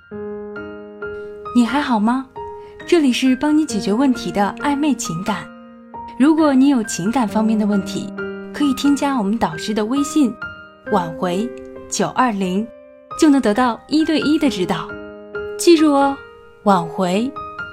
你还好吗？这里是帮你解决问题的暧昧情感。如果你有情感方面的问题，可以添加我们导师的微信挽回920，就能得到1对1的指导。记住哦，挽回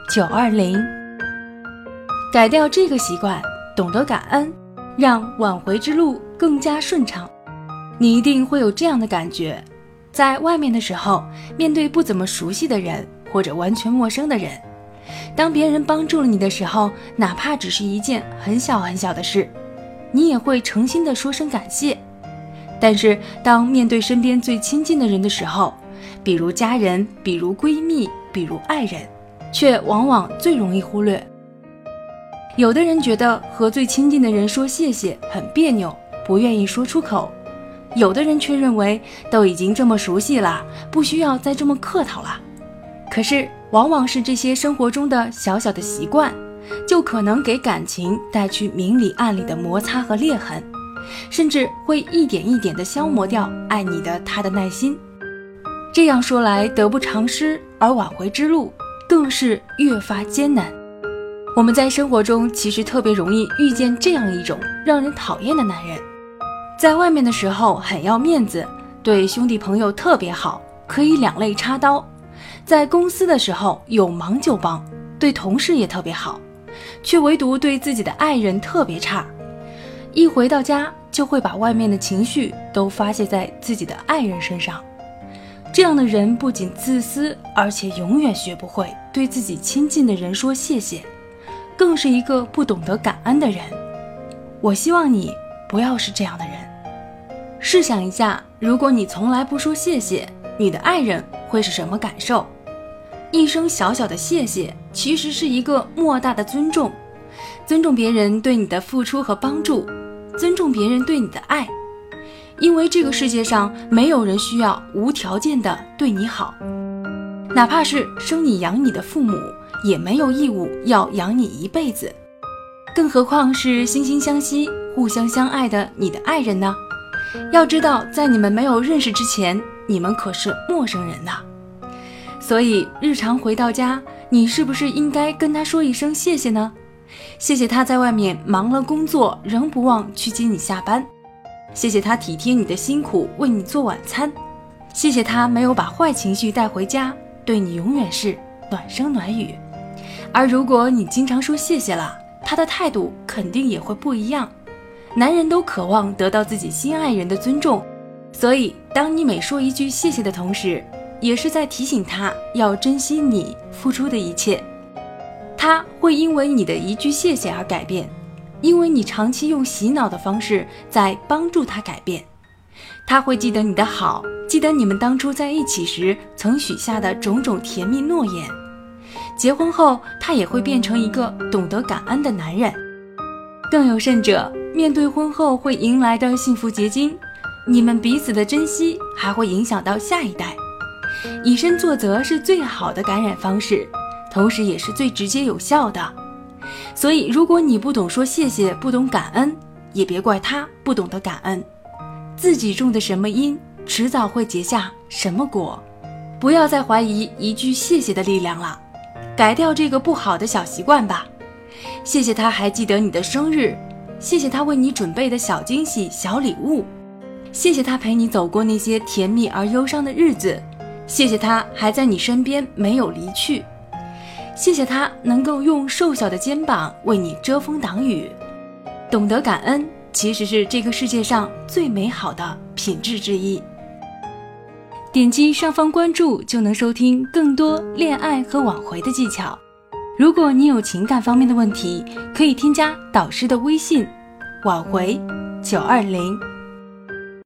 920。改掉这个习惯，懂得感恩，让挽回之路更加顺畅。你一定会有这样的感觉，在外面的时候，面对不怎么熟悉的人或者完全陌生的人，当别人帮助了你的时候，哪怕只是一件很小很小的事，你也会诚心地说声感谢。但是当面对身边最亲近的人的时候，比如家人，比如闺蜜，比如爱人，却往往最容易忽略。有的人觉得和最亲近的人说谢谢很别扭，不愿意说出口，有的人却认为都已经这么熟悉了，不需要再这么客套了。可是往往是这些生活中的小小的习惯，就可能给感情带去明里暗里的摩擦和裂痕，甚至会一点一点地消磨掉爱你的他的耐心。这样说来得不偿失，而挽回之路更是越发艰难。我们在生活中其实特别容易遇见这样一种让人讨厌的男人，在外面的时候很要面子，对兄弟朋友特别好，可以两肋插刀，在公司的时候有忙就帮，对同事也特别好，却唯独对自己的爱人特别差，一回到家就会把外面的情绪都发泄在自己的爱人身上。这样的人不仅自私，而且永远学不会对自己亲近的人说谢谢，更是一个不懂得感恩的人。我希望你不要是这样的人。试想一下，如果你从来不说谢谢，你的爱人会是什么感受？一声小小的谢谢其实是一个莫大的尊重，尊重别人对你的付出和帮助，尊重别人对你的爱。因为这个世界上没有人需要无条件的对你好，哪怕是生你养你的父母，也没有义务要养你一辈子，更何况是惺惺相惜互相相爱的你的爱人呢？要知道，在你们没有认识之前，你们可是陌生人呐。所以日常回到家，你是不是应该跟他说一声谢谢呢？谢谢他在外面忙了工作，仍不忘去接你下班，谢谢他体贴你的辛苦，为你做晚餐，谢谢他没有把坏情绪带回家，对你永远是暖声暖语。而如果你经常说谢谢了，他的态度肯定也会不一样。男人都渴望得到自己心爱人的尊重，所以当你每说一句谢谢的同时，也是在提醒他要珍惜你付出的一切。他会因为你的一句谢谢而改变，因为你长期用洗脑的方式在帮助他改变。他会记得你的好，记得你们当初在一起时曾许下的种种甜蜜诺言。结婚后，他也会变成一个懂得感恩的男人。更有甚者，面对婚后会迎来的幸福结晶，你们彼此的珍惜还会影响到下一代。以身作则是最好的感染方式，同时也是最直接有效的。所以如果你不懂说谢谢，不懂感恩，也别怪他不懂得感恩。自己种的什么因，迟早会结下什么果。不要再怀疑一句谢谢的力量了，改掉这个不好的小习惯吧。谢谢他还记得你的生日，谢谢他为你准备的小惊喜小礼物，谢谢他陪你走过那些甜蜜而忧伤的日子，谢谢他还在你身边没有离去，谢谢他能够用瘦小的肩膀为你遮风挡雨。懂得感恩其实是这个世界上最美好的品质之一。点击上方关注就能收听更多恋爱和挽回的技巧。如果你有情感方面的问题，可以添加导师的微信挽回920。